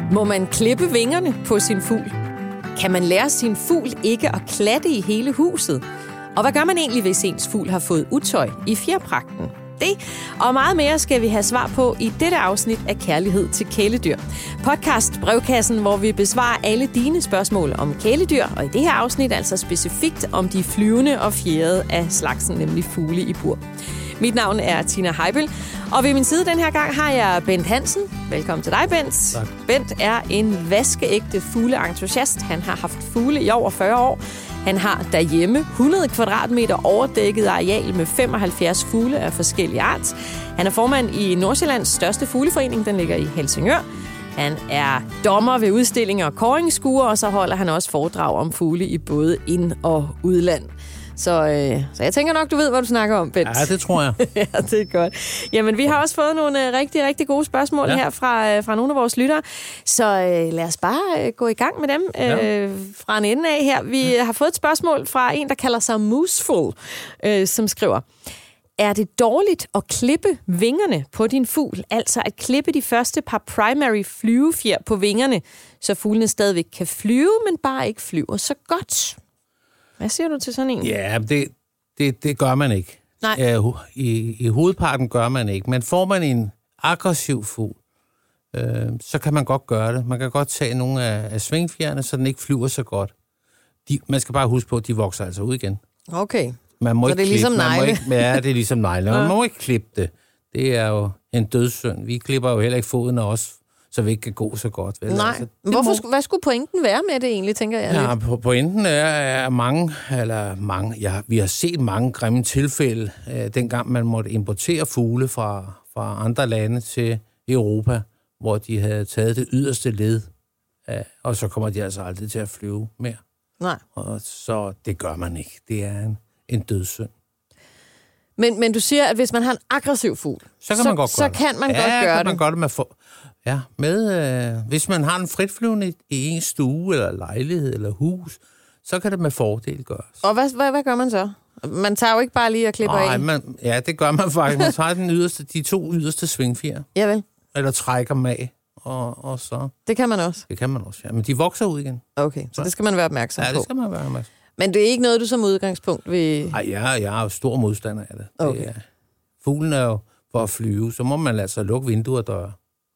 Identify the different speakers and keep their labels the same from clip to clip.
Speaker 1: Må man klippe vingerne på sin fugl? Kan man lære sin fugl ikke at klatte i hele huset? Og hvad gør man egentlig, hvis ens fugl har fået utøj i fjerpragten? Det og meget mere skal vi have svar på i dette afsnit af Kærlighed til kæledyr. Podcast Brevkassen, hvor vi besvarer alle dine spørgsmål om kæledyr, og i det her afsnit altså specifikt om de flyvende og fjerede af slagsen, nemlig fugle i bur. Mit navn er Tina Heibel, og ved min side den her gang har jeg Bent Hansen. Velkommen til dig, Bent.
Speaker 2: Tak.
Speaker 1: Bent er en vaskeægte fugleentusiast. Han har haft fugle i over 40 år. Han har derhjemme 100 kvadratmeter overdækket areal med 75 fugle af forskellige art. Han er formand i Nordsjællands største fugleforening, den ligger i Helsingør. Han er dommer ved udstillinger og kåringsskuer, og så holder han også foredrag om fugle i både ind- og udland. Så jeg tænker nok, du ved, hvad du snakker om, Bent.
Speaker 2: Ja, det tror jeg.
Speaker 1: Ja, det er godt. Jamen, vi har også fået nogle rigtig, rigtig gode spørgsmål her fra nogle af vores lyttere. Så lad os bare gå i gang med dem fra en ende af her. Vi har fået et spørgsmål fra en, der kalder sig Mooseful, som skriver: Er det dårligt at klippe vingerne på din fugl? Altså at klippe de første par primary flyvefjer på vingerne, så fuglene stadigvæk kan flyve, men bare ikke flyver så godt. Hvad siger du til sådan en?
Speaker 2: Ja, det gør man ikke.
Speaker 1: Nej.
Speaker 2: I hovedparten gør man ikke. Men får man en aggressiv fugl, så kan man godt gøre det. Man kan godt tage nogle af svingfjerne, så den ikke flyver så godt. Man skal bare huske på, at de vokser altså ud igen.
Speaker 1: Okay.
Speaker 2: Man må
Speaker 1: så
Speaker 2: ikke
Speaker 1: det er ligesom negle?
Speaker 2: Ja, det er ligesom negle. Man må ikke klippe det. Det er jo en dødssynd. Vi klipper jo heller ikke foden af os, så vi ikke kan gå så godt. Vel?
Speaker 1: Nej. Altså, hvad skulle pointen være med det egentlig, tænker jeg?
Speaker 2: Ja, pointen er mange. Ja, vi har set mange grimme tilfælde, dengang man måtte importere fugle fra andre lande til Europa, hvor de havde taget det yderste led, og så kommer de altså aldrig til at flyve mere.
Speaker 1: Nej.
Speaker 2: Og så det gør man ikke. Det er en dødssynd.
Speaker 1: Men du siger, at hvis man har en aggressiv fugl,
Speaker 2: så kan man godt gøre det.
Speaker 1: Så kan man godt gøre
Speaker 2: det. Man gøre det med hvis man har en fritflyvende i en stue, eller lejlighed, eller hus, så kan det med fordel gøres.
Speaker 1: Og hvad gør man så? Man tager jo ikke bare lige og klipper af.
Speaker 2: Ja, det gør man faktisk. Man tager de to yderste svingfjer.
Speaker 1: Javel.
Speaker 2: Eller trækker dem af, og så...
Speaker 1: Det kan man også?
Speaker 2: Det kan man også, ja. Men de vokser ud igen.
Speaker 1: Okay, så det skal man være opmærksom på.
Speaker 2: Ja, det skal man være opmærksom.
Speaker 1: Men det er ikke noget, du som udgangspunkt vil...
Speaker 2: Nej, jeg er jo stor modstander af det.
Speaker 1: Okay.
Speaker 2: Fuglen er jo for at flyve, så må man lade sig lukke vinduer og døre.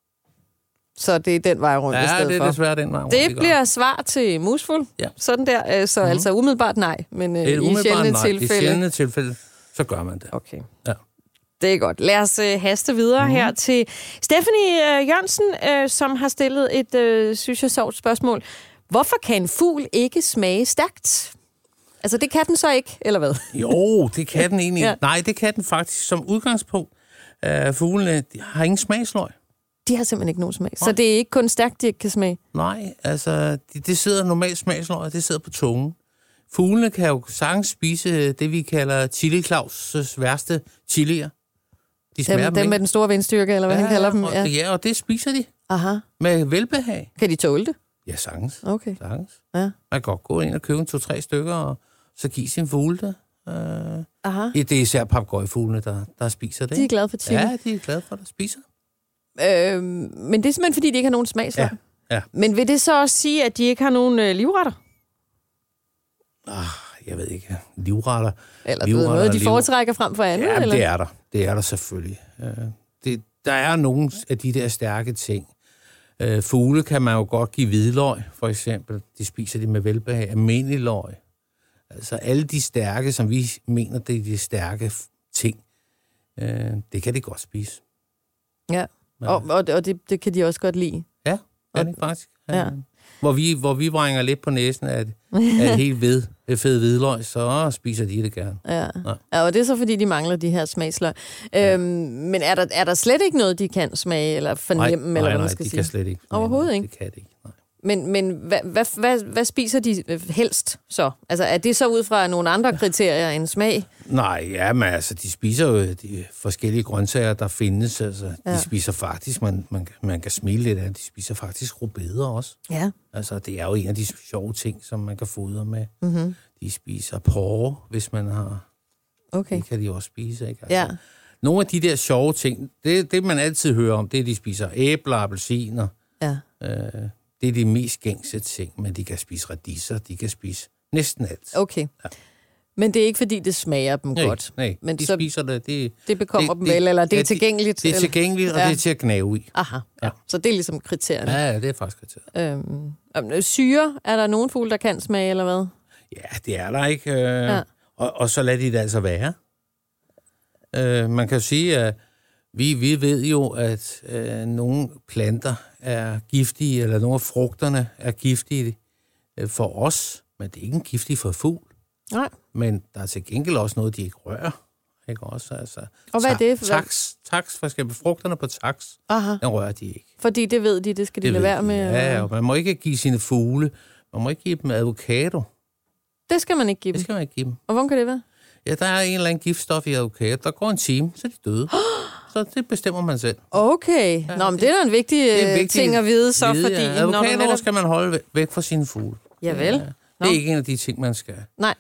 Speaker 1: Så det er den vej rundt i stedet for?
Speaker 2: Ja, det er desværre den vej rundt.
Speaker 1: Det bliver svar til Mooseful.
Speaker 2: Ja.
Speaker 1: Sådan der. Så altså umiddelbart nej, men i sjældne tilfælde...
Speaker 2: I sjældne tilfælde, så gør man det.
Speaker 1: Okay.
Speaker 2: Ja.
Speaker 1: Det er godt. Lad os haste videre her til Stephanie Jørgensen, som har stillet et, synes jeg, sjovt spørgsmål. Hvorfor kan en fugl ikke smage stærkt? Altså, det kan den så ikke, eller hvad?
Speaker 2: Jo, det kan den egentlig.
Speaker 1: Ja.
Speaker 2: Nej, det kan den faktisk som udgangspunkt. Fuglene har ingen smagsløg.
Speaker 1: De har simpelthen ikke nogen smag. Nej. Så det er ikke kun stærkt, de ikke kan smage?
Speaker 2: Nej, altså, det sidder normalt smagsløg, det sidder på tungen. Fuglene kan jo sagtens spise det, vi kalder Chili Claus' værste chilier. De smager
Speaker 1: dem med den store vindstyrke, eller hvad han kalder dem?
Speaker 2: Ja, og det spiser de.
Speaker 1: Aha.
Speaker 2: Med velbehag.
Speaker 1: Kan de tåle det?
Speaker 2: Ja, sagtens.
Speaker 1: Okay.
Speaker 2: Sagtens.
Speaker 1: Ja.
Speaker 2: Man kan godt gå ind og købe 2-3 stykker, og så give sin fugle det.
Speaker 1: Aha.
Speaker 2: Det er især papegøjefuglene, der spiser det.
Speaker 1: De er glade for chili.
Speaker 2: Ja, de er glade for, at spiser.
Speaker 1: Men det er simpelthen, fordi de ikke har nogen smagsløg.
Speaker 2: Ja.
Speaker 1: Men vil det så også sige, at de ikke har nogen livretter?
Speaker 2: Jeg ved ikke. Livretter.
Speaker 1: Eller noget, de foretrækker frem for andet?
Speaker 2: Ja,
Speaker 1: eller?
Speaker 2: det er der. Det er der selvfølgelig. Der er nogle af de der stærke ting. Fugle kan man jo godt give hvidløg, for eksempel. De spiser de med velbehag. Almindelig løg. Altså alle de stærke, som vi mener, det er de stærke ting, det kan de godt spise.
Speaker 1: Ja, og det kan de også godt lide.
Speaker 2: Ja, det er faktisk.
Speaker 1: Ja.
Speaker 2: Hvor vi brænger lidt på næsen af helt fed hvidløg, så spiser de det gerne.
Speaker 1: Ja, og det er så, fordi de mangler de her smagsløg. Men er der slet ikke noget, de kan smage eller fornemme?
Speaker 2: Nej,
Speaker 1: eller hvad man skal
Speaker 2: de
Speaker 1: sige?
Speaker 2: kan slet ikke.
Speaker 1: Overhovedet ikke?
Speaker 2: Det kan de ikke, nej.
Speaker 1: Men hvad spiser de helst så? Altså, er det så ud fra nogle andre kriterier end smag?
Speaker 2: Nej, ja, men altså, de spiser jo de forskellige grøntsager, der findes. Altså, de spiser faktisk, man kan smile lidt af, de spiser faktisk rødbeder også.
Speaker 1: Ja.
Speaker 2: Altså, det er jo en af de sjove ting, som man kan fodre med.
Speaker 1: Mm-hmm.
Speaker 2: De spiser porre, hvis man har...
Speaker 1: Okay.
Speaker 2: Det kan de også spise, ikke? Altså,
Speaker 1: ja.
Speaker 2: Nogle af de der sjove ting, det man altid hører om, det er, at de spiser æbler, appelsiner.
Speaker 1: Ja.
Speaker 2: Det er de mest gængse ting, men de kan spise radiser, de kan spise næsten alt.
Speaker 1: Okay. Ja. Men det er ikke, fordi det smager dem godt?
Speaker 2: Nej,
Speaker 1: men
Speaker 2: de
Speaker 1: så
Speaker 2: spiser det.
Speaker 1: Det bekommer dem vel, eller det er tilgængeligt?
Speaker 2: Det er tilgængeligt, og det er til at gnave i.
Speaker 1: Aha, ja. Så det er ligesom kriterierne?
Speaker 2: Ja, det er faktisk kriterierne.
Speaker 1: Syre, er der nogen fugle, der kan smage, eller hvad?
Speaker 2: Ja, det er der ikke. Og så lader de det altså være. Man kan jo sige, at vi ved jo, at nogle planter er giftige, eller nogle af frugterne er giftige for os, men det er ikke en giftig for fugl.
Speaker 1: Nej.
Speaker 2: Men der er til gengæld også noget, de ikke rører. Ikke også? Altså,
Speaker 1: og hvad er det?
Speaker 2: Taks, for eksempel frugterne på taks, den rører de ikke.
Speaker 1: Fordi det ved de, det skal de lade være med?
Speaker 2: Ja, og man må ikke give sine fugle, man må ikke give dem avocado.
Speaker 1: Det skal man ikke give dem?
Speaker 2: Det skal man ikke give dem.
Speaker 1: Og hvordan kan det være?
Speaker 2: Ja, der er en eller anden giftstof i avocado. Der går en time, så er de døde. Så det bestemmer man selv.
Speaker 1: Okay. Ja, men det er da en vigtig ting at vide, så fordi...
Speaker 2: Ja. Avocadoer skal man holde væk fra sine fugle.
Speaker 1: Javel.
Speaker 2: Det er ikke en af de ting, man skal.
Speaker 1: Nej.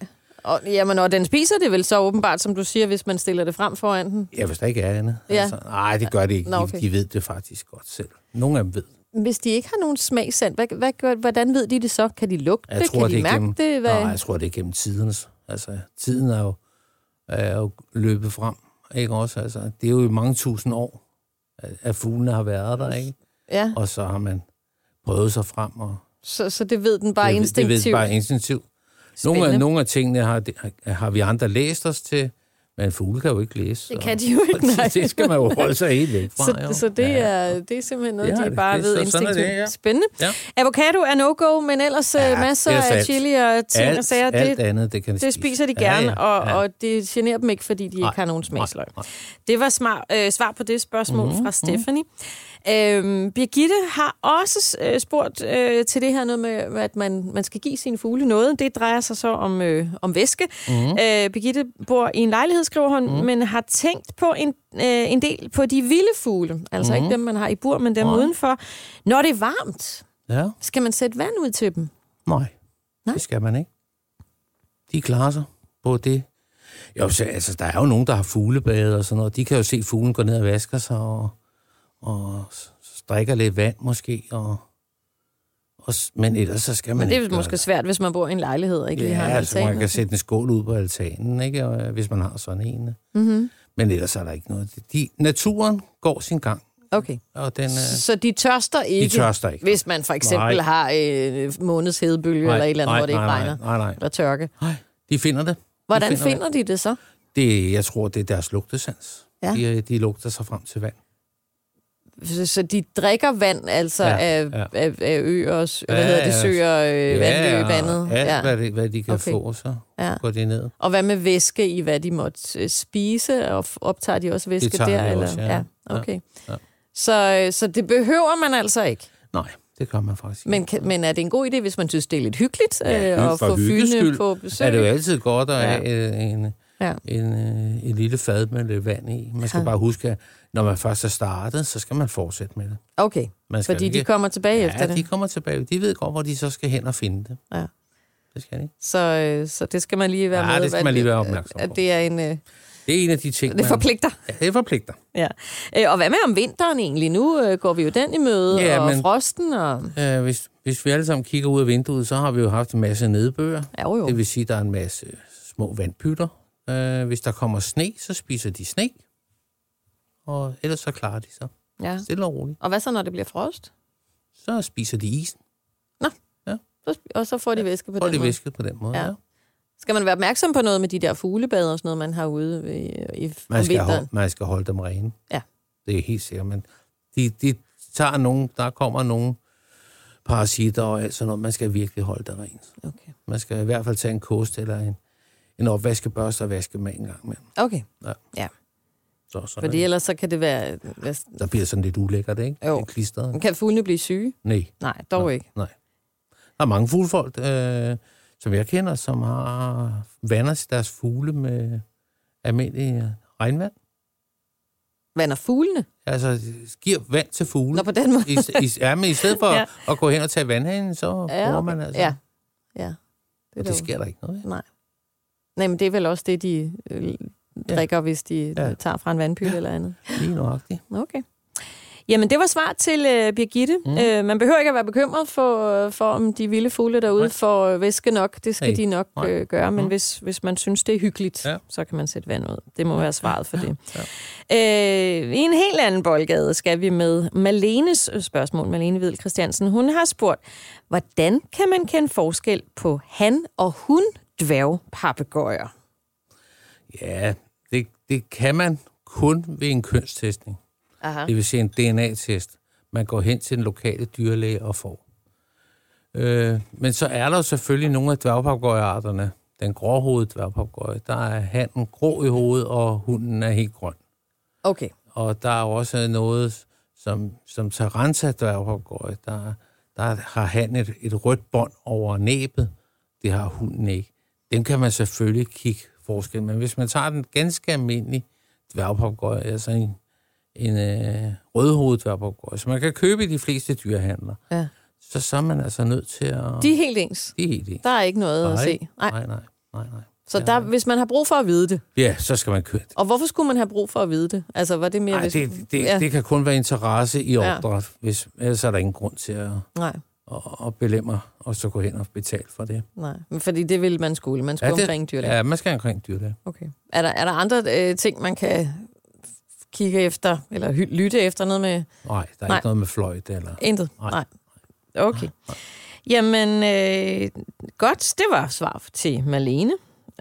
Speaker 1: Og den spiser det vel så åbenbart, som du siger, hvis man stiller det frem foran den?
Speaker 2: Ja, hvis der ikke er andet.
Speaker 1: Ja.
Speaker 2: Altså, nej, det gør det ikke. Okay. De ved det faktisk godt selv. Nogle af dem ved.
Speaker 1: Hvis de ikke har nogen smagssand, hvordan ved de det så? Kan de lugte det? Kan de mærke det?
Speaker 2: Nej, jeg tror, det er gennem tiderne. Altså, tiden er jo løbet frem. Ikke også? Altså, det er jo i mange tusind år, at fuglene har været der, ikke? Ja. Og så har man prøvet sig frem. Og
Speaker 1: så det ved den bare instinktivt? Det ved den bare
Speaker 2: instinktivt. Nogle af tingene har vi andre læst os til, men fugle kan jo ikke læse.
Speaker 1: Det kan de jo ikke, nej.
Speaker 2: Det skal man jo holde sig helt væk fra.
Speaker 1: Så det er simpelthen noget, de bare ved instinktivt.
Speaker 2: Ja.
Speaker 1: Spændende. Ja. Avocado er no-go, men ellers masser af chili og ting og sager.
Speaker 2: Alt andet, det
Speaker 1: spiser de gerne, og det generer dem ikke, fordi de ikke har nogen smagsløg. Det var svar på det spørgsmål fra Stephanie. Birgitte har også spurgt til det her noget med, at man skal give sine fugle noget. Det drejer sig så om væske. Birgitte bor i en lejlighed, skriver hun, men har tænkt på en del på de vilde fugle. Altså ikke dem, man har i bur, men dem udenfor. Når det er varmt, skal man sætte vand ud til dem?
Speaker 2: Nej, det skal man ikke. De klarer sig på det. Jo, altså, der er jo nogen, der har fuglebade og sådan noget. De kan jo se fuglen gå ned og vasker sig og strikker lidt vand måske, men ellers så skal man ikke.
Speaker 1: Men det er måske svært, hvis man bor i en lejlighed og ikke lige har en
Speaker 2: altan. Ja, altså man kan sætte en skål ud på altanen, ikke? Hvis man har sådan en. Men ellers er der ikke noget. Naturen går sin gang.
Speaker 1: Okay.
Speaker 2: Og
Speaker 1: så de tørster ikke?
Speaker 2: De tørster ikke.
Speaker 1: Hvis man for eksempel har måneds hedebølge eller et eller andet, hvor det ikke regner? Nej. Eller tørke?
Speaker 2: Nej, de finder det.
Speaker 1: Hvordan finder de det så?
Speaker 2: Jeg tror, det er deres lugtesans. Ja. De lugter sig frem til vand.
Speaker 1: Så de drikker vand, altså af øer, søer, vandløb, vandet?
Speaker 2: Hvad de kan få, så går det ned.
Speaker 1: Og hvad med væske i, hvad de måtte spise? Og optager de også væske der? Eller? Også, ja. Okay. Ja. Så det behøver man altså ikke?
Speaker 2: Nej, det gør man faktisk ikke.
Speaker 1: Men er det en god idé, hvis man synes, det er lidt hyggeligt at få fyne på besøg?
Speaker 2: Er det jo altid godt at have en lille fad med lidt vand i. Man skal bare huske, at når man først er startet, så skal man fortsætte med det.
Speaker 1: Okay, fordi de kommer tilbage efter det?
Speaker 2: Ja, de kommer tilbage. De ved godt, hvor de så skal hen og finde det.
Speaker 1: Ja.
Speaker 2: Det skal de.
Speaker 1: Så det skal man lige være med.
Speaker 2: Ja, det skal man lige være opmærksom på.
Speaker 1: At det er en...
Speaker 2: Det er en af de ting,
Speaker 1: det forpligter.
Speaker 2: Ja, det forpligter.
Speaker 1: Ja. Og hvad med om vinteren egentlig? Nu går vi jo den i møde, og frosten og...
Speaker 2: Hvis vi alle sammen kigger ud af vinduet, så har vi jo haft en masse nedbør.
Speaker 1: Jo.
Speaker 2: Det vil sige, at der er en masse små vandpytter. Hvis der kommer sne, så spiser de sne. Og ellers så klarer de sig. Ja. Stille og roligt.
Speaker 1: Og hvad så, når det bliver frost?
Speaker 2: Så spiser de isen.
Speaker 1: Nå. Ja. Og så får de væske på den måde.
Speaker 2: Får de væske på den måde, ja.
Speaker 1: Skal man være opmærksom på noget med de der fuglebader og sådan noget, man har ude i vinteren?
Speaker 2: Man skal holde dem rene.
Speaker 1: Ja.
Speaker 2: Det er helt sikkert. Men de tager nogen, der kommer nogen parasitter og alt sådan noget. Man skal virkelig holde det rent.
Speaker 1: Okay.
Speaker 2: Man skal i hvert fald tage en kost eller en opvaskebørste og vaske med en gang med.
Speaker 1: Okay. Ja. Fordi ellers så kan det være...
Speaker 2: Der bliver sådan lidt ulækkert, ikke?
Speaker 1: Jo. Kan fuglene blive syge?
Speaker 2: Nej.
Speaker 1: Nej, dog ikke.
Speaker 2: Nej. Der er mange fuglefolk, som jeg kender, som har vander deres fugle med almindelig regnvand.
Speaker 1: Vander fuglene?
Speaker 2: Altså, giver vand til fugle.
Speaker 1: Nå, på den måde.
Speaker 2: Men i stedet for at gå hen og tage vandhanen, så bruger man altså...
Speaker 1: Ja.
Speaker 2: Det sker der ikke noget.
Speaker 1: Nej, men det er vel også det, de drikker, hvis de tager fra en vandpyt eller andet.
Speaker 2: Lige nøjagtigt.
Speaker 1: Okay. Jamen, det var svar til Birgitte. Man behøver ikke at være bekymret for om de vilde fugle derude får væske nok. Det skal de nok gøre, men hvis man synes, det er hyggeligt, så kan man sætte vand ud. Det må være svaret for det. I en helt anden boldgade skal vi med Malenes spørgsmål. Malene Hvidel Christiansen. Hun har spurgt, hvordan kan man kende forskel på han- og hun-dværgpapegøjer?
Speaker 2: Ja, det kan man kun ved en kønstestning. Aha. Det vil sige en DNA-test. Man går hen til den lokale dyrlæge og får. Men så er der selvfølgelig nogle af dværgpapegøjearterne. Den gråhovedede dværgpapegøje, der er hannen grå i hovedet, og hunden er helt grøn.
Speaker 1: Okay.
Speaker 2: Og der er også noget, som Taranza-dværgpapegøje, der har hannen et rødt bånd over næbet. Det har hunden ikke. Dem kan man selvfølgelig kigge forskel. Men hvis man tager den ganske almindelige dværgpapegøje, altså en rødhovedet dværgpapegøje, som man kan købe i de fleste dyrehandler, så er man altså nødt til at...
Speaker 1: De er helt ens?
Speaker 2: De er helt ens.
Speaker 1: Der er ikke noget at se?
Speaker 2: Nej.
Speaker 1: Så hvis man har brug for at vide det?
Speaker 2: Ja, så skal man købe det.
Speaker 1: Og hvorfor skulle man have brug for at vide det? Altså, var det mere...
Speaker 2: Det kan kun være interesse i opdræt, ellers er der ingen grund til at belemre og så gå hen og betale for det.
Speaker 1: Nej, fordi det vil man skulle. Man skal omkring dyrlæge.
Speaker 2: Ja, man skal omkring dyrlæge.
Speaker 1: Okay. Er der andre ting, man kan kigge efter, eller lytte efter noget med...
Speaker 2: Nej, der er ikke noget med fløjt eller...
Speaker 1: Intet? Nej. Okay. Nej. Jamen, godt. Det var svar til Malene.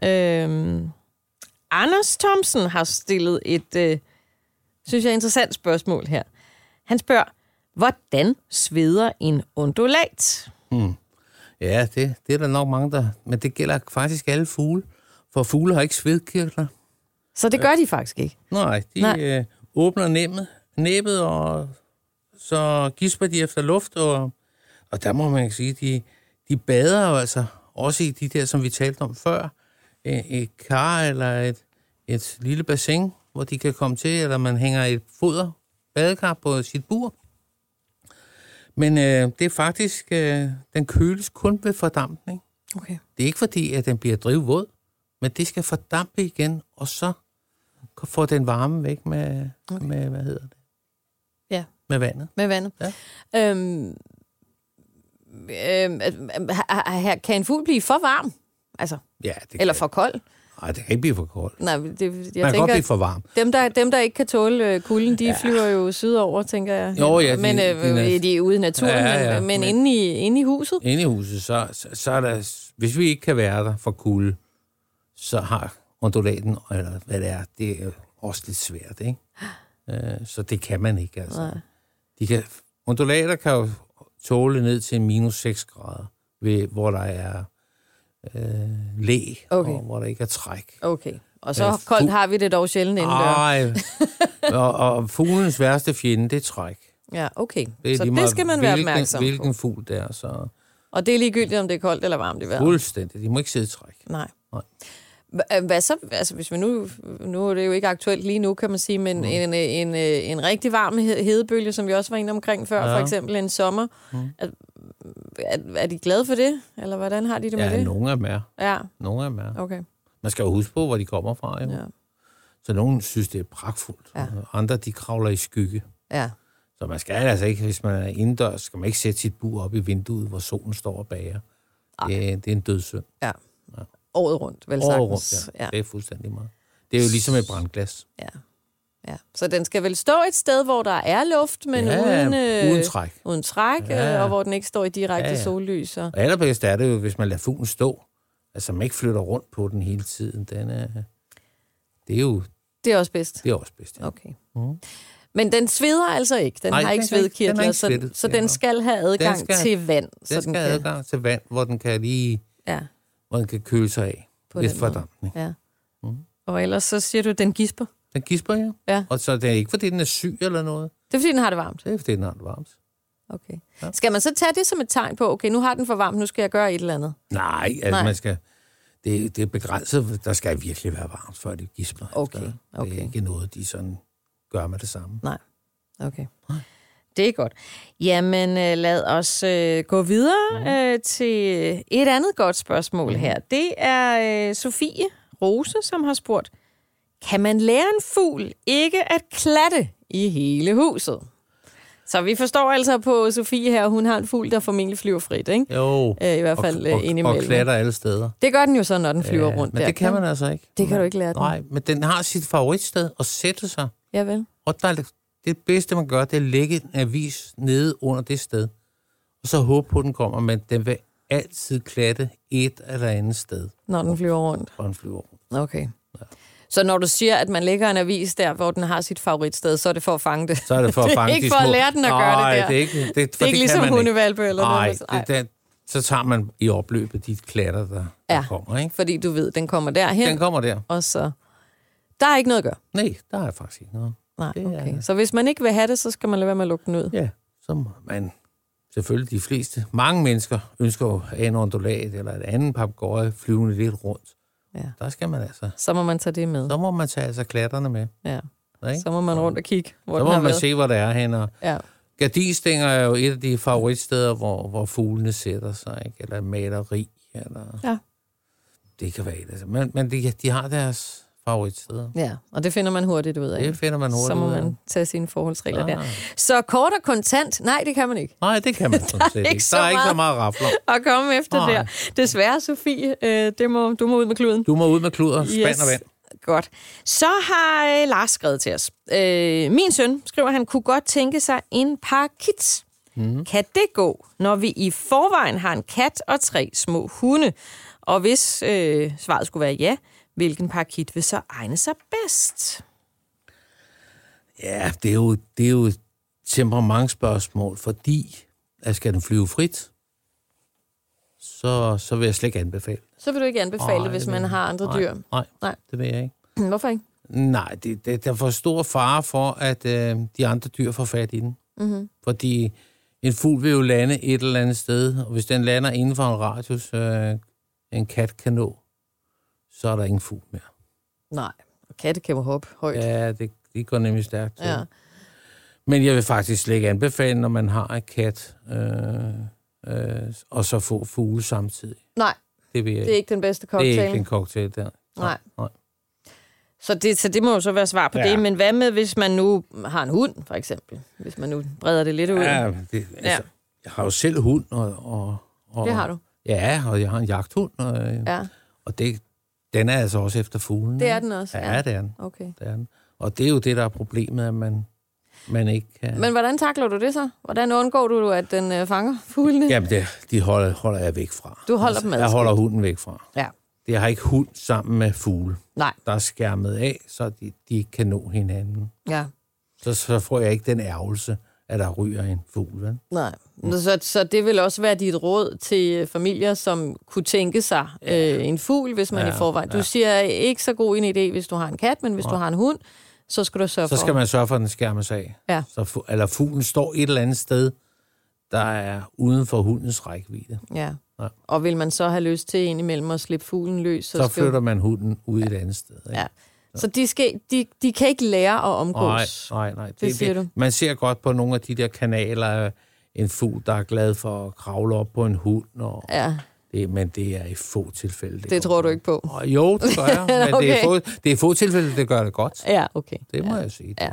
Speaker 1: Anders Thomsen har stillet et, synes jeg, interessant spørgsmål her. Han spørger, hvordan sveder en undulat?
Speaker 2: Ja, det er der nok mange, der... Men det gælder faktisk alle fugle, for fugle har ikke svedkirtler.
Speaker 1: Så det gør de faktisk ikke?
Speaker 2: Nej, de åbner næbet, og så gisper de efter luft, og der må man sige, de bader jo altså også i de der, som vi talte om før, et kar eller et lille bassin, hvor de kan komme til, eller man hænger et badekar på sit bur. Men det er faktisk, den køles kun ved fordampning.
Speaker 1: Okay.
Speaker 2: Det er ikke fordi, at den bliver drivvåd, men det skal fordampe igen, og så får den varme væk med hvad hedder det?
Speaker 1: Ja.
Speaker 2: Med vandet.
Speaker 1: Med vandet. Ja. Kan en fugl blive for varm? Altså,
Speaker 2: ja,
Speaker 1: eller for kold?
Speaker 2: Nej, det kan ikke blive for koldt.
Speaker 1: Nej,
Speaker 2: jeg tænker, godt blive for varm.
Speaker 1: Dem, der ikke kan tåle kulden, de flyver jo sydover, tænker jeg.
Speaker 2: Jo, ja.
Speaker 1: Men de er ude i naturen, men inde i huset?
Speaker 2: Inde i huset, så er der... Hvis vi ikke kan være der for kulde, så har undulaten, eller hvad det er også lidt svært, ikke? Så det kan man ikke, altså. Undulater kan jo tåle ned til minus 6 grader, hvor der er læ, og hvor der ikke er træk.
Speaker 1: Okay, og så koldt har vi det dog sjældent indendør.
Speaker 2: Nej, og fuglens værste fjende, det er træk.
Speaker 1: Ja, okay. Så det skal man være opmærksom på.
Speaker 2: Hvilken fugl det er, så... Og
Speaker 1: det er ligegyldigt, om det er koldt eller varmt i vejret?
Speaker 2: Fuldstændig. De må ikke sidde i træk.
Speaker 1: Nej. Hvad så? Altså, hvis vi nu er det jo ikke aktuelt lige nu, kan man sige, men en rigtig varm hedebølge, som vi også var inde omkring før, for eksempel en sommer. Er de glade for det? Eller hvordan har de det med det?
Speaker 2: Ja, nogle af dem er.
Speaker 1: Ja.
Speaker 2: Nogle af dem er.
Speaker 1: Okay.
Speaker 2: Man skal jo huske på, hvor de kommer fra. Jo. Ja. Så nogen synes, det er pragtfuldt. Ja. Andre, de kravler i skygge.
Speaker 1: Ja.
Speaker 2: Så man skal altså ikke, hvis man er indendørs, skal man ikke sætte sit bur op i vinduet, hvor solen står og bager. Det er en dødssynd.
Speaker 1: Ja. Året rundt, vel sagtens.
Speaker 2: Året rundt, ja. Det er fuldstændig meget. Det er jo ligesom et brandglas.
Speaker 1: Ja. Så den skal vel stå et sted, hvor der er luft, men
Speaker 2: uden træk.
Speaker 1: Uden træk, og hvor den ikke står i direkte sollys. Og
Speaker 2: allerbedst er det jo, hvis man lader fuglen stå. Altså, man ikke flytter rundt på den hele tiden. Det er jo...
Speaker 1: Det er også bedst?
Speaker 2: Det er også bedst, ja.
Speaker 1: Okay. Men den sveder altså ikke? Den har ikke svedkirtler, så den skal have adgang til vand?
Speaker 2: Den skal have adgang til vand, hvor den kan lige... Ja. Hvor den kan køle sig af ved fordampning.
Speaker 1: Ja. Og ellers så siger du, den gisper?
Speaker 2: Den gisper, ja. Og så det er ikke, fordi den er syg eller noget.
Speaker 1: Det er, fordi den har det varmt?
Speaker 2: Det er, fordi den har det varmt.
Speaker 1: Okay. Ja. Skal man så tage det som et tegn på, okay, nu har den for varmt, nu skal jeg gøre et eller andet?
Speaker 2: Nej, altså man skal... Det er begrænset. Der skal virkelig være varmt, før det gisper.
Speaker 1: Okay.
Speaker 2: Det er ikke noget, de sådan gør med det samme.
Speaker 1: Nej. Okay. Det er godt. Jamen, lad os gå videre til et andet godt spørgsmål her. Det er Sofie Rose, som har spurgt, kan man lære en fugl ikke at klatte i hele huset? Så vi forstår altså på Sofie her, hun har en fugl, der formentlig flyver frit, ikke?
Speaker 2: Jo.
Speaker 1: I hvert fald indimellem.
Speaker 2: Og klatter alle steder.
Speaker 1: Det gør den jo så, når den flyver rundt
Speaker 2: men
Speaker 1: der.
Speaker 2: det kan man altså ikke.
Speaker 1: Det kan du ikke lære den.
Speaker 2: Nej, men den har sit favoritsted og sætte sig.
Speaker 1: Ja vel.
Speaker 2: Og det bedste, man gør, det er at lægge en avis nede under det sted. Og så håbe på, at den kommer, men den vil altid klatte et eller andet sted.
Speaker 1: Når den flyver rundt?
Speaker 2: Når den flyver rundt.
Speaker 1: Okay. Ja. Så når du siger, at man lægger en avis der, hvor den har sit favoritsted, så er det for at fange det?
Speaker 2: Så er det for at fange
Speaker 1: det er ikke for at lære den at gøre det der?
Speaker 2: Det er ikke,
Speaker 1: det er ikke ligesom hundevalpe eller noget?
Speaker 2: Nej, så tager man i opløbet de klatter, der kommer. Ikke?
Speaker 1: Fordi du ved, den kommer derhen.
Speaker 2: Den kommer der.
Speaker 1: Og så... Der er ikke noget at gøre?
Speaker 2: Nej, der er faktisk ikke noget.
Speaker 1: Nej, okay. Så hvis man ikke vil have det, så skal man lade være med at lukke den ud?
Speaker 2: Ja, så må man... Selvfølgelig de fleste. Mange mennesker ønsker jo en ondulat eller et andet papegøje flyvende lidt rundt. Ja. Der skal man altså...
Speaker 1: Så må man tage det med.
Speaker 2: Så må man tage altså klatterne med.
Speaker 1: Ja. Så må man rundt og kigge, hvor
Speaker 2: så
Speaker 1: den har
Speaker 2: må man se, hvor det er henne. Ja. Gardinstænger er jo et af de favoritsteder, hvor fuglene sætter sig, ikke? Eller maleri. Eller... Ja. Det kan være et altså. Men de har deres favoritsteder.
Speaker 1: Ja, og det finder man hurtigt ud af.
Speaker 2: Det finder man hurtigt ud af.
Speaker 1: Så må man tage sine forholdsregler der. Så kort og kontant, nej, det kan man ikke.
Speaker 2: Nej, det kan man ikke. Der er ikke så meget rafler.
Speaker 1: At komme efter der. Desværre, Sofie, du må ud med kluden.
Speaker 2: Du må ud med kluder, spand og vand.
Speaker 1: Godt. Så har Lars skrevet til os. Min søn skriver, han kunne godt tænke sig en parakit. Kan det gå, når vi i forvejen har en kat og 3 små hunde? Og hvis svaret skulle være ja, hvilken parakit vil så egne sig bedst?
Speaker 2: Ja, det er jo et temperamentsspørgsmål, fordi at skal den flyve frit, så vil jeg slet ikke anbefale.
Speaker 1: Så vil du ikke anbefale det, hvis man har andre dyr?
Speaker 2: Nej, det vil jeg ikke.
Speaker 1: Hvorfor ikke?
Speaker 2: Nej, der er for stor fare for, at de andre dyr får fat i den. Mm-hmm. Fordi en fugl vil jo lande et eller andet sted, og hvis den lander inden for en radius, en kat kan nå, så er der ingen fugl mere.
Speaker 1: Nej, og katte kan jo hoppe højt.
Speaker 2: Ja, det går nemlig stærkt. Ja. Men jeg vil faktisk slet ikke anbefale, når man har en kat, og så få fugle samtidig.
Speaker 1: Nej, det er ikke den bedste cocktail.
Speaker 2: Det er ikke en cocktail der.
Speaker 1: Nej. Så det må jo så være svar på det. Men hvad med, hvis man nu har en hund, for eksempel? Hvis man nu breder det lidt ud.
Speaker 2: Ja, jeg har jo selv hund. Og
Speaker 1: det har du?
Speaker 2: Ja, og jeg har en jagthund. Og den er altså også efter fuglen.
Speaker 1: Det er den også?
Speaker 2: Ja, det er den.
Speaker 1: Okay.
Speaker 2: Det er den. Og det er jo det, der er problemet, at man ikke kan...
Speaker 1: Men hvordan takler du det så? Hvordan undgår du, at den fanger fuglene?
Speaker 2: Jamen, de holder jeg væk fra.
Speaker 1: Du holder dem adskilt?
Speaker 2: Jeg holder hunden væk fra.
Speaker 1: Ja.
Speaker 2: Det har ikke hund sammen med fugle.
Speaker 1: Nej.
Speaker 2: Der er skærmet af, så de ikke kan nå hinanden.
Speaker 1: Ja.
Speaker 2: Så får jeg ikke den ærgelse, at der ryger en fugl. Vel?
Speaker 1: Nej. Så det vil også være dit råd til familier, som kunne tænke sig en fugl, hvis man i forvejen... Du siger ikke så god en idé, hvis du har en kat, men hvis du har en hund, så skal du sørge for...
Speaker 2: Så skal man sørge for, at den skærmes af.
Speaker 1: Ja.
Speaker 2: Eller fuglen står et eller andet sted, der er uden for hundens rækkevidde.
Speaker 1: Ja. Og vil man så have lyst til indimellem at slippe fuglen løs...
Speaker 2: Så flytter man hunden ud et andet sted. Ikke?
Speaker 1: Ja. Så de kan ikke lære at omgås?
Speaker 2: Nej.
Speaker 1: Det siger du?
Speaker 2: Man ser godt på nogle af de der kanaler, en fugl, der er glad for at kravle op på en hund. Men det er i få tilfælde.
Speaker 1: Det tror du ikke på?
Speaker 2: Jo, det gør jeg. Men okay. det er få tilfælde, det gør det godt.
Speaker 1: Ja, okay.
Speaker 2: Det må jeg sige.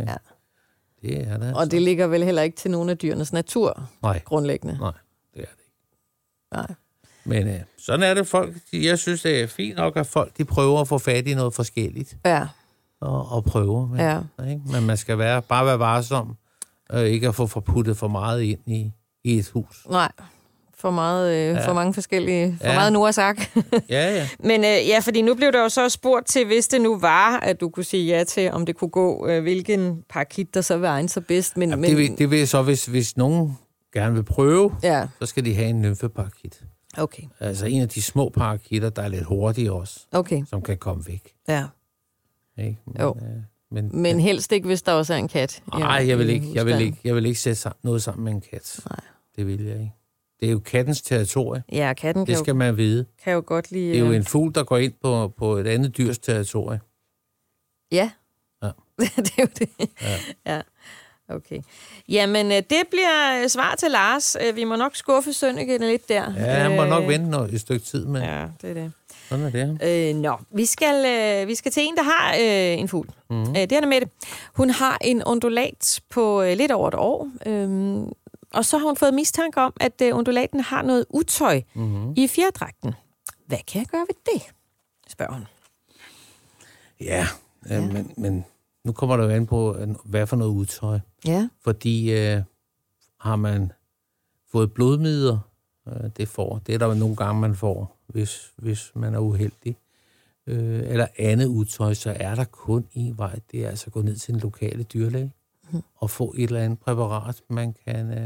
Speaker 2: Det er det.
Speaker 1: Og det ligger vel heller ikke til nogen af dyrenes natur, grundlæggende?
Speaker 2: Nej, det er det ikke.
Speaker 1: Nej.
Speaker 2: Men sådan er det folk. Jeg synes, det er fint nok, at folk de prøver at få fat i noget forskelligt.
Speaker 1: Ja.
Speaker 2: Og prøver. Men man skal bare være varsom. Ikke at få forputtet for meget ind i et hus.
Speaker 1: Nej. For mange forskellige... For meget Noahs Ark.
Speaker 2: Ja.
Speaker 1: Men fordi nu blev der jo så spurgt til, hvis det nu var, at du kunne sige ja til, om det kunne gå, hvilken parakit der så vil egne sig bedst. Men
Speaker 2: det vil så, hvis nogen gerne vil prøve, så skal de have en nymfeparakit.
Speaker 1: Okay.
Speaker 2: Altså en af de små parakitter, der er lidt hurtige også.
Speaker 1: Okay.
Speaker 2: Som kan komme væk.
Speaker 1: Ja.
Speaker 2: Ikke?
Speaker 1: Men helst ikke, hvis der også er en kat.
Speaker 2: Nej, jeg vil ikke sætte noget sammen med en kat.
Speaker 1: Nej.
Speaker 2: Det vil jeg ikke. Det er jo kattens territorie.
Speaker 1: Ja, katten
Speaker 2: det skal man vide.
Speaker 1: Kan jo godt lide...
Speaker 2: Det er jo en fugl, der går ind på et andet dyrs territorie.
Speaker 1: Ja. Det er jo det. Ja. Okay. Jamen, det bliver svar til Lars. Vi må nok skuffe Sønneke lidt der.
Speaker 2: Ja, han må nok vente et stykke tid med.
Speaker 1: Ja, det er det.
Speaker 2: Sådan er det.
Speaker 1: Vi skal til en, der har en fugl. Det er Mette. Hun har en undulat på lidt over et år. Og så har hun fået mistanke om, at undulaten har noget utøj i fjerdragten. Hvad kan jeg gøre ved det? Spørger hun.
Speaker 2: Ja. Men nu kommer der jo an på, hvad for noget udtøj.
Speaker 1: Ja.
Speaker 2: Fordi har man fået blodmider, det er der jo nogle gange, man får, hvis man er uheldig, eller andet udtøj, så er der kun en vej. Det er altså at gå ned til en lokale dyrlæge og få et eller andet præparat, man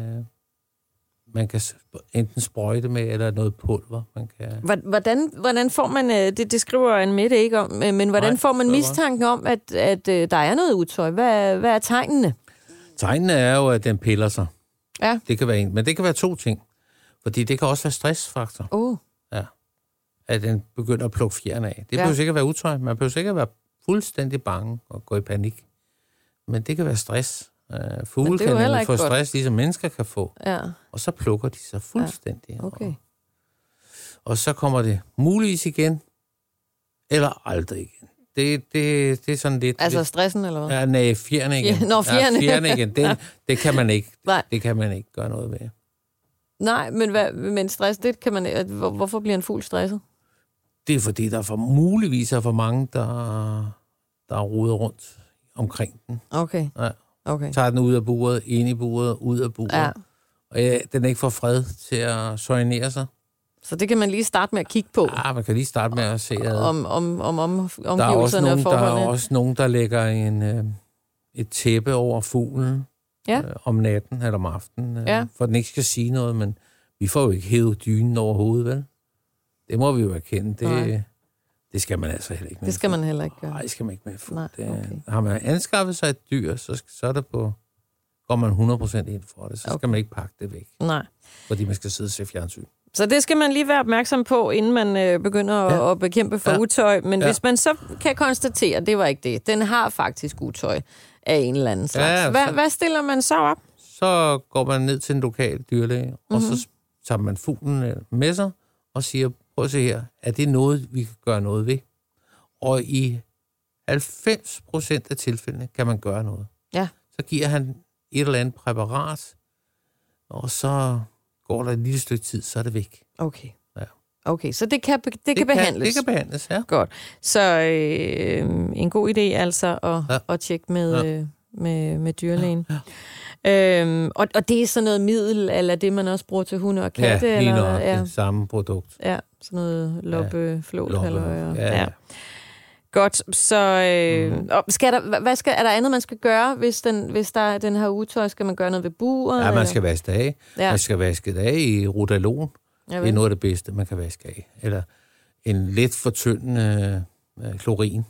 Speaker 2: kan enten sprøjte med, eller noget pulver, man kan...
Speaker 1: Hvordan får man, det skriver en Mette ikke om, men hvordan får man mistanken om, at der er noget utøj? Hvad er tegnene?
Speaker 2: Tegnene er jo, at den piller sig.
Speaker 1: Ja.
Speaker 2: Det kan være en, men det kan være to ting. Fordi det kan også være stressfaktor. Ja. At den begynder at plukke fjerne af. Det behøver sikkert være utøj. Man behøver sikkert være fuldstændig bange og gå i panik. Men det kan være stress. Fugle kan nemlig få stress, ligesom mennesker kan få. Ja. Og så plukker de sig fuldstændig.
Speaker 1: Ja. Okay.
Speaker 2: Og så kommer det muligvis igen, eller aldrig igen. Det er sådan lidt...
Speaker 1: Altså stressen, eller hvad?
Speaker 2: Ja, nej, fjerne igen. Fjerne igen. Det kan man ikke. Det kan man ikke gøre noget ved.
Speaker 1: Nej, men stress, det kan man... Hvorfor bliver en fugl stresset?
Speaker 2: Det er fordi, der muligvis er for mange, der roder rundt omkring den.
Speaker 1: Okay.
Speaker 2: Ja.
Speaker 1: Okay.
Speaker 2: Tager den ud af buret, ind i buret, ud af buret. Ja. Og den ikke får fred til at soignere sig.
Speaker 1: Så det kan man lige starte med at kigge på?
Speaker 2: Ja, man kan lige starte med at se...
Speaker 1: Om omgivelserne og forholdene.
Speaker 2: Der er også nogen, der lægger et tæppe over fuglen om natten eller om aftenen, for den ikke skal sige noget, men vi får jo ikke hævet dynen over hovedet, vel? Det må vi jo erkende. Det skal man altså heller ikke med.
Speaker 1: Det skal man heller ikke gøre.
Speaker 2: Nej, det skal man ikke med fugl.
Speaker 1: Okay.
Speaker 2: Har man anskaffet sig et dyr, så er det går man 100% ind for det. Så skal man ikke pakke det væk.
Speaker 1: Nej.
Speaker 2: Fordi man skal sidde og se fjernsyn.
Speaker 1: Så det skal man lige være opmærksom på, inden man begynder at bekæmpe for utøj. Men hvis man så kan konstatere, at det var ikke det. Den har faktisk utøj af en eller anden slags. Hvad stiller man så op?
Speaker 2: Så går man ned til en lokal dyrlæge, og så tager man fuglen med sig og siger, prøv at se her, er det noget, vi kan gøre noget ved? Og i 90% af tilfældene kan man gøre noget.
Speaker 1: Ja.
Speaker 2: Så giver han et eller andet præparat, og så går der et lille stykke tid, så er det væk.
Speaker 1: Okay.
Speaker 2: Ja.
Speaker 1: Okay, så det kan behandles?
Speaker 2: Det kan behandles, ja.
Speaker 1: Godt. Så en god idé altså at tjekke med dyrlægen. Ja. Og det er sådan noget middel, eller det man også bruger til hunde og katte?
Speaker 2: Ja, lige nok.
Speaker 1: Ja.
Speaker 2: Det samme produkt.
Speaker 1: Ja, sådan noget loppeflål. Ja. Godt, så er der andet, man skal gøre, hvis der er den her utøj? Skal man gøre noget ved buret?
Speaker 2: Ja, man skal vaske det af. Ja. Man skal vaske det af i Rodalon. Det er noget af det bedste, man kan vaske af. Eller en let fortyndende klorin.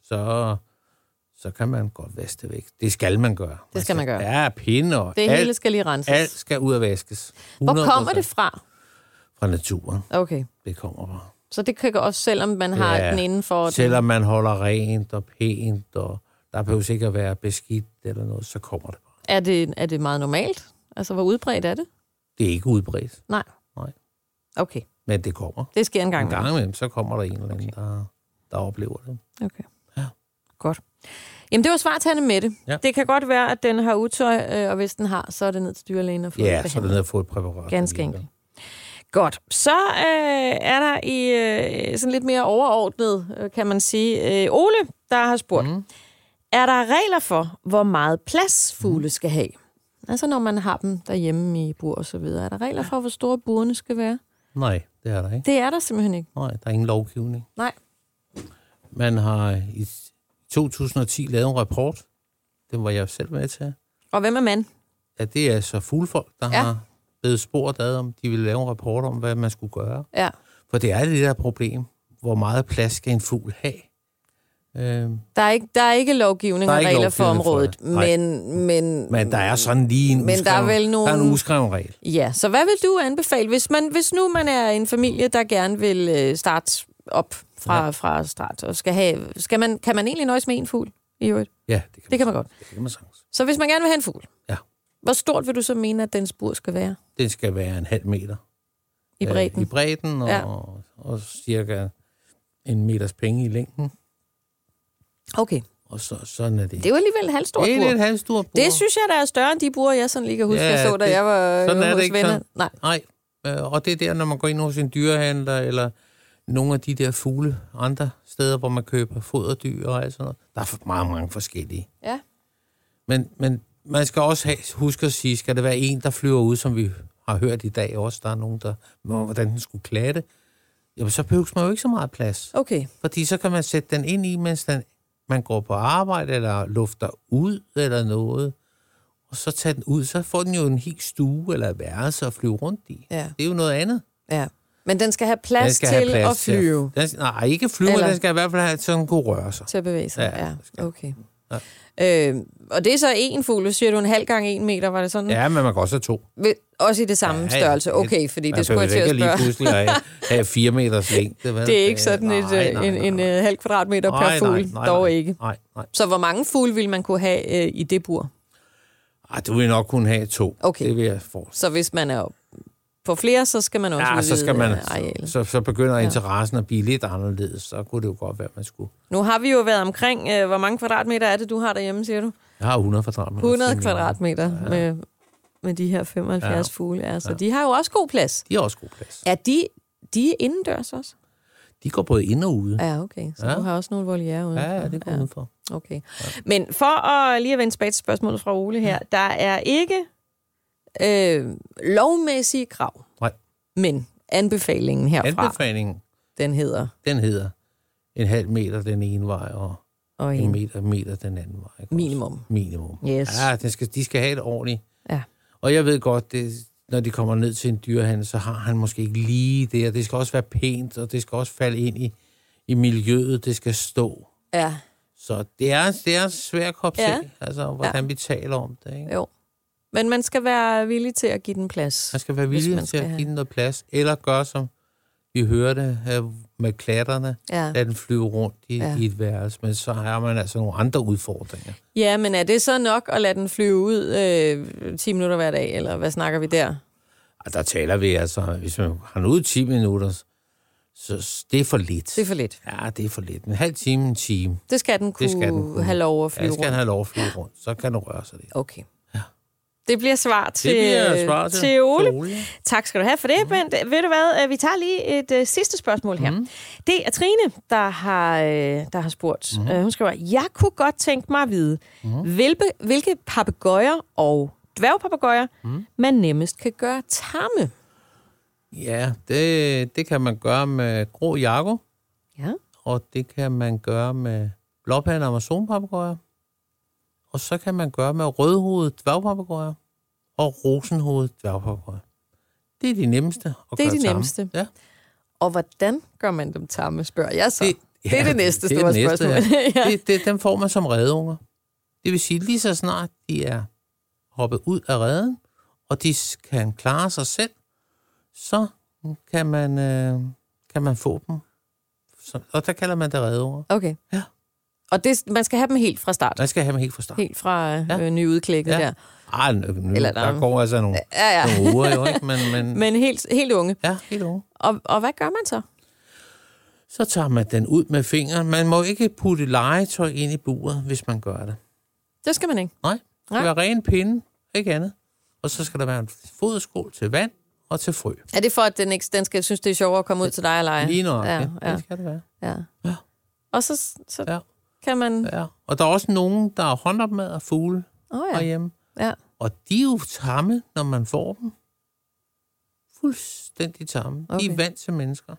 Speaker 2: Så kan man godt vaske det væk. Det skal man gøre.
Speaker 1: Det skal man gøre.
Speaker 2: Ja, pinde og
Speaker 1: det hele skal lige renses.
Speaker 2: Alt skal ud og vaskes. 100%.
Speaker 1: Hvor kommer det fra?
Speaker 2: Fra naturen.
Speaker 1: Okay.
Speaker 2: Det kommer fra.
Speaker 1: Så det kan også, selvom man har den indenfor...
Speaker 2: Selvom man holder rent og pænt, og der behøver ikke at være beskidt eller noget, så kommer det bare.
Speaker 1: Er det meget normalt? Altså, hvor udbredt er det?
Speaker 2: Det er ikke udbredt.
Speaker 1: Nej. Okay.
Speaker 2: Men det kommer.
Speaker 1: Det sker en gang
Speaker 2: imellem, så kommer der en eller anden, der oplever det.
Speaker 1: Okay. Ja. Godt. Jamen, det var svar til Mette. Ja. Det kan godt være, at den har utøj, og hvis den har, så er det ned til dyrlægen og få det behandlet.
Speaker 2: Ja, så er det ned at få et præparat.
Speaker 1: Ganske enkelt. Godt. Så er der i sådan lidt mere overordnet, kan man sige, Ole, der har spurgt. Er der regler for, hvor meget plads fugle skal have? Altså når man har dem derhjemme i bur og så videre. Er der regler for, hvor store burene skal være?
Speaker 2: Nej, det er der ikke.
Speaker 1: Det er der simpelthen ikke?
Speaker 2: Nej, der er ingen lovgivning.
Speaker 1: Nej.
Speaker 2: Man har i 2010 lavet en rapport. Den var jeg selv med til.
Speaker 1: Og hvem er man?
Speaker 2: Ja, det er så fuglefolk, der har blevet spurgt ad, om de ville lave en rapport om, hvad man skulle gøre. Ja. For det er det der problem. Hvor meget plads skal en fugl have?
Speaker 1: Der er ikke lovgivning og regler for området,
Speaker 2: men der er sådan lige en uskreven regel.
Speaker 1: Ja, så hvad vil du anbefale, hvis nu man er en familie, der gerne vil starte op fra start, og kan man egentlig nøjes med en fugl i øvrigt?
Speaker 2: Ja,
Speaker 1: det kan man godt.
Speaker 2: Det kan man sagtens.
Speaker 1: Så hvis man gerne vil have en fugl, hvor stort vil du så mene, at dens bur skal være?
Speaker 2: Den skal være 0,5 meter.
Speaker 1: I bredden?
Speaker 2: I bredden, og cirka 1 meters penge i længden.
Speaker 1: Okay.
Speaker 2: Og sådan er det.
Speaker 1: Det er jo alligevel et halvstort bur.
Speaker 2: Det er et halvstort bur.
Speaker 1: Det synes jeg, der er større end de bure, jeg sådan lige kan huske, jeg så, da jeg var hos venner.
Speaker 2: Nej. Og det er der, når man går ind hos en dyrehandler, eller nogle af de der fugle, andre steder, hvor man køber foderdyr og alt sådan noget. Der er meget, mange forskellige.
Speaker 1: Ja.
Speaker 2: Men man skal også huske at sige, skal det være en, der flyver ud, som vi har hørt i dag også, der er nogen, der hvordan den skulle klatte, jamen så behøver man jo ikke så meget plads.
Speaker 1: Okay.
Speaker 2: Fordi så kan man sætte den ind i, mens man går på arbejde, eller lufter ud, eller noget. Og så tager den ud, så får den jo en helt stue, eller værelse at flyve rundt i.
Speaker 1: Ja.
Speaker 2: Det er jo noget andet.
Speaker 1: Ja. Men den skal have plads til at flyve?
Speaker 2: Nej, ikke flyve, men den skal i hvert fald have, så den kunne røre sig.
Speaker 1: Til at bevæge sig, ja. Okay. Ja. Og det er så en fugl, siger du 1,5 gange 1 meter, var det sådan?
Speaker 2: Ja, men man kan også have 2.
Speaker 1: Også i det samme størrelse? Okay, fordi det skulle jeg til at spørge.
Speaker 2: Man behøver ikke lige pludselig have 4 meters længde.
Speaker 1: Det er ikke sådan en halv kvadratmeter per fugl, dog ikke.
Speaker 2: Nej.
Speaker 1: Så hvor mange fugle vil man kunne have i det bur?
Speaker 2: Du vil nok kunne have 2.
Speaker 1: Okay.
Speaker 2: Det vil jeg forstå.
Speaker 1: Så hvis man er på flere, så skal man også udvide arealet.
Speaker 2: Så begynder interessen at blive lidt anderledes. Så kunne det jo godt være, at man skulle.
Speaker 1: Nu har vi jo været omkring, hvor mange kvadratmeter er det, du har derhjemme, siger du?
Speaker 2: Jeg har 100 kvadratmeter.
Speaker 1: 100 kvadratmeter med de her 75 fugle. Altså, de har jo også god plads.
Speaker 2: De har også god plads.
Speaker 1: Er de er indendørs også?
Speaker 2: De går både ind og ude.
Speaker 1: Ja, okay. Så du har også nogle voliere ude.
Speaker 2: Ja, det går udenfor.
Speaker 1: Okay. Ja. Men for at lige at vende tilbage til spørgsmålet fra Ole her, der er ikke lovmæssige krav.
Speaker 2: Nej.
Speaker 1: Men anbefalingen herfra.
Speaker 2: Anbefalingen.
Speaker 1: Den hedder
Speaker 2: 1,5 meter den ene vej, og 1 meter den anden vej.
Speaker 1: Minimum. Yes.
Speaker 2: Ja, de skal have det ordentligt.
Speaker 1: Ja.
Speaker 2: Og jeg ved godt, når de kommer ned til en dyrehandel, så har han måske ikke lige det, og det skal også være pænt, og det skal også falde ind i miljøet, det skal stå.
Speaker 1: Ja.
Speaker 2: Så det er en svær kop til, altså hvordan vi taler om det. Ikke?
Speaker 1: Jo. Men man skal være villig til at give den plads.
Speaker 2: Man skal være villig til at give den noget plads, eller gøre som vi hørte med klatterne, lad den flyve rundt i et værelse, men så har man altså nogle andre udfordringer. Ja,
Speaker 1: men er det så nok at lade den flyve ud 10 minutter hver dag, eller hvad snakker vi der?
Speaker 2: Der taler vi altså, hvis man har ud 10 minutter, så det er for lidt.
Speaker 1: Det er for lidt?
Speaker 2: Ja, det er for lidt. En halv time, en time.
Speaker 1: Det skal den kunne have lov at flyve rundt?
Speaker 2: Ja, skal den have lov at flyve rundt. Så kan den røre sig lidt.
Speaker 1: Okay. Det bliver svar til Ole. Tak skal du have for det, Bent. Ved du hvad, vi tager lige et sidste spørgsmål her. Det er Trine, der har spurgt. Hun skriver, jeg kunne godt tænke mig at vide, hvilke papegøjer og dværgpapegøjer man nemmest kan gøre tamme.
Speaker 2: Ja, det kan man gøre med grå jago.
Speaker 1: Ja.
Speaker 2: Og det kan man gøre med blåpande amazonpapegøjer. Og så kan man gøre med rødhovedet dværgpapegøjer og rosenhovedet dværgpapegøjer. Det er de nemmeste at gøre
Speaker 1: nemmeste.
Speaker 2: Ja.
Speaker 1: Og hvordan gør man dem tamme, spørger jeg så. Det er det næste store spørgsmål.
Speaker 2: Ja. Dem får man som redeunger. Det vil sige, lige så snart de er hoppet ud af reden, og de kan klare sig selv, så kan man få dem. Og der kalder man det redeunger.
Speaker 1: Okay.
Speaker 2: Ja.
Speaker 1: Og man skal have dem helt fra start?
Speaker 2: Man skal have dem helt fra start.
Speaker 1: Helt fra nyudklækket der?
Speaker 2: Der går altså nogle uger jo, ikke?
Speaker 1: Men helt unge?
Speaker 2: Ja, helt unge.
Speaker 1: Og hvad gør man så?
Speaker 2: Så tager man den ud med fingeren. Man må ikke putte legetøj ind i buret, hvis man gør det.
Speaker 1: Det skal man ikke?
Speaker 2: Nej. Det skal være ren pinde, ikke andet. Og så skal der være en foderskål til vand og til frø.
Speaker 1: Er det for, at den skal synes, det er sjovere at komme ud til dig og lege?
Speaker 2: Lige nok, det skal det være.
Speaker 1: Ja. Og så kan man...
Speaker 2: Ja. Og der er også nogen, der er håndopmad af fugle herhjemme.
Speaker 1: Ja.
Speaker 2: Og de er jo tamme, når man får dem. Fuldstændig tamme. Okay. De er vant til mennesker.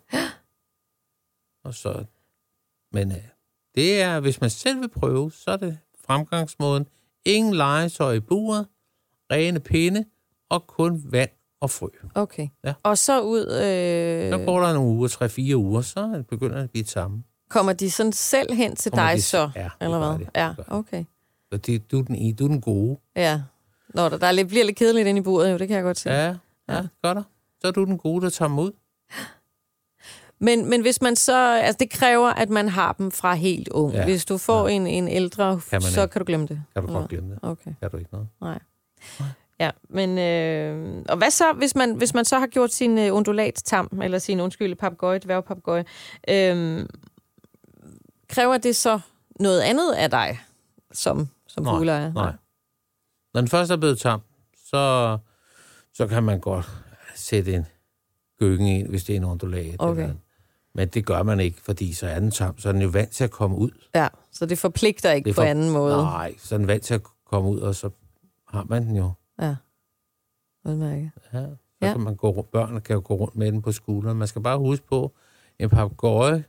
Speaker 2: Og så... Men det er, hvis man selv vil prøve, så er det fremgangsmåden. Ingen legetøj i buret, rene pinde og kun vand og frø.
Speaker 1: Okay.
Speaker 2: Ja.
Speaker 1: Og så ud...
Speaker 2: Så går der nogle uger, 3-4 uger, så begynder det at blive tamme.
Speaker 1: Kommer de sådan selv hen til dig så?
Speaker 2: Ja,
Speaker 1: eller hvad?
Speaker 2: Det.
Speaker 1: Ja, okay.
Speaker 2: Så du er den gode.
Speaker 1: Ja. Når der bliver lidt kedeligt inde i buret, jo, det kan jeg godt se.
Speaker 2: Ja, gør der. Så er du den gode, der tager dem ud.
Speaker 1: Men hvis man så... Altså, det kræver, at man har dem fra helt ung. Ja. Hvis du får en ældre, så kan du glemme det.
Speaker 2: Kan du godt glemme det.
Speaker 1: Okay.
Speaker 2: Kan du ikke noget?
Speaker 1: Nej. Ja, men... og hvad så, hvis man så har gjort sin undulat tam, eller sin papegøje, dværgpapegøje, Kræver det så noget andet af dig, som fugleejer?
Speaker 2: Nej. Når den først er blevet tam, så kan man godt sætte en gøkken ind, hvis det er en undulat.
Speaker 1: Okay.
Speaker 2: Men det gør man ikke, fordi så er den tam, så er den jo vant til at komme ud.
Speaker 1: Ja, så det forpligter ikke på anden måde.
Speaker 2: Nej, så er den vant til at komme ud, og så har man den jo.
Speaker 1: Ja, udmærket.
Speaker 2: Ja, så kan man børnene kan jo gå rundt med den på skulderen. Man skal bare huske på, en papegøje,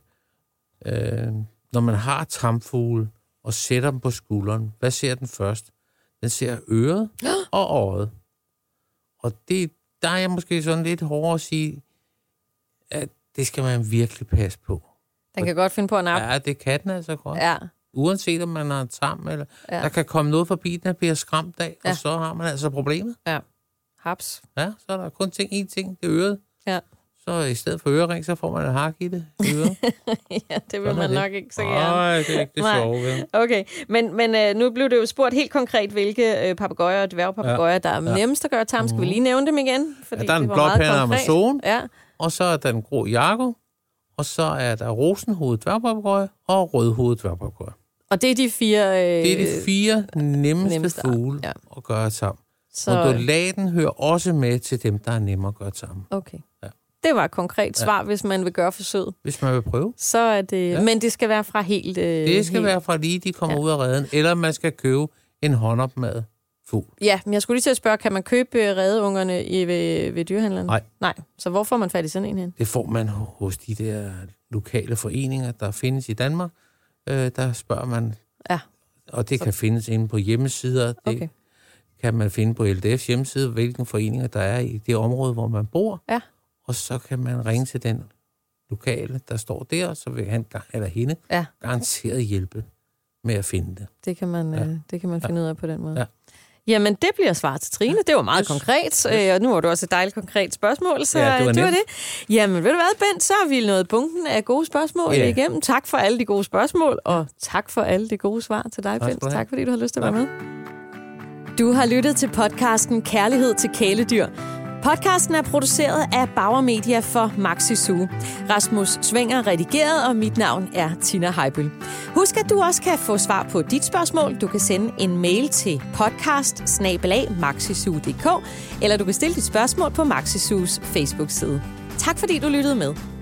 Speaker 2: når man har tamfugle og sætter dem på skulderen, hvad ser den først? Den ser øret og øjet. Og der er jeg måske sådan lidt hårdere at sige, at det skal man virkelig passe på.
Speaker 1: Den kan godt finde på at nappe.
Speaker 2: Ja, det kan den altså godt.
Speaker 1: Ja.
Speaker 2: Uanset om man har en tam, eller der kan komme noget forbi, den bliver skræmt af, og så har man altså problemet.
Speaker 1: Ja. Haps.
Speaker 2: Ja, så er der kun én ting, det er øret.
Speaker 1: Ja.
Speaker 2: Så i stedet for ørering, så får man et hak i det.
Speaker 1: Ja, det vil man nok ikke så gerne.
Speaker 2: Nej, det er ikke det sjove ved.
Speaker 1: Okay, men nu blev det jo spurgt helt konkret, hvilke papegøjer og dværgpapegøjer, der er nemmest at gøre tam. Skal vi lige nævne dem igen? Fordi
Speaker 2: der er en blåpande Amazon,
Speaker 1: ja.
Speaker 2: Og så er der en grå jago, og så er der rosenhovedet dværgpapegøje og rødhovedet dværgpapegøje.
Speaker 1: Og det er de fire...
Speaker 2: det er de 4 nemmeste fugle at gøre tam. Så undulaten hører også med til dem, der er nemmere at gøre tam.
Speaker 1: Okay. Ja. Det var et konkret svar, hvis man vil gøre forsøget.
Speaker 2: Hvis man vil prøve.
Speaker 1: Så er det... Ja. Men det skal være fra helt...
Speaker 2: det skal være fra lige, de kommer ud af reden. Eller man skal købe en håndopmadet fugl.
Speaker 1: Ja, men jeg skulle lige til at spørge, kan man købe redeungerne ved dyrehandleren? Nej. Så hvor får man fat i sådan en hen?
Speaker 2: Det får man hos de der lokale foreninger, der findes i Danmark. Der spørger man. Ja. Og det kan findes inde på hjemmesider. Det kan man finde på LDF's hjemmeside, hvilke foreninger der er i det område, hvor man bor. Ja. Og så kan man ringe til den lokale, der står der, og så vil han eller hende garanteret hjælpe med at finde det. Det kan man finde ud af på den måde. Ja. Jamen, det bliver svar til Trine. Det var meget konkret, og nu var det også et dejligt konkret spørgsmål, så det var det. Jamen, ved du hvad, Bent, så har vi nået bunken af gode spørgsmål igennem. Tak for alle de gode spørgsmål, og tak for alle de gode svar til dig, Bent. Tak fordi du har lyst til at være med. Du har lyttet til podcasten Kærlighed til kæledyr. Podcasten er produceret af Bauer Media for Maxi Zoo. Rasmus Svinger redigeret, og mit navn er Tina Heibøl. Husk, at du også kan få svar på dit spørgsmål. Du kan sende en mail til podcast@maxizoo.dk, eller du kan stille dit spørgsmål på Maxi Zoos Facebook-side. Tak fordi du lyttede med.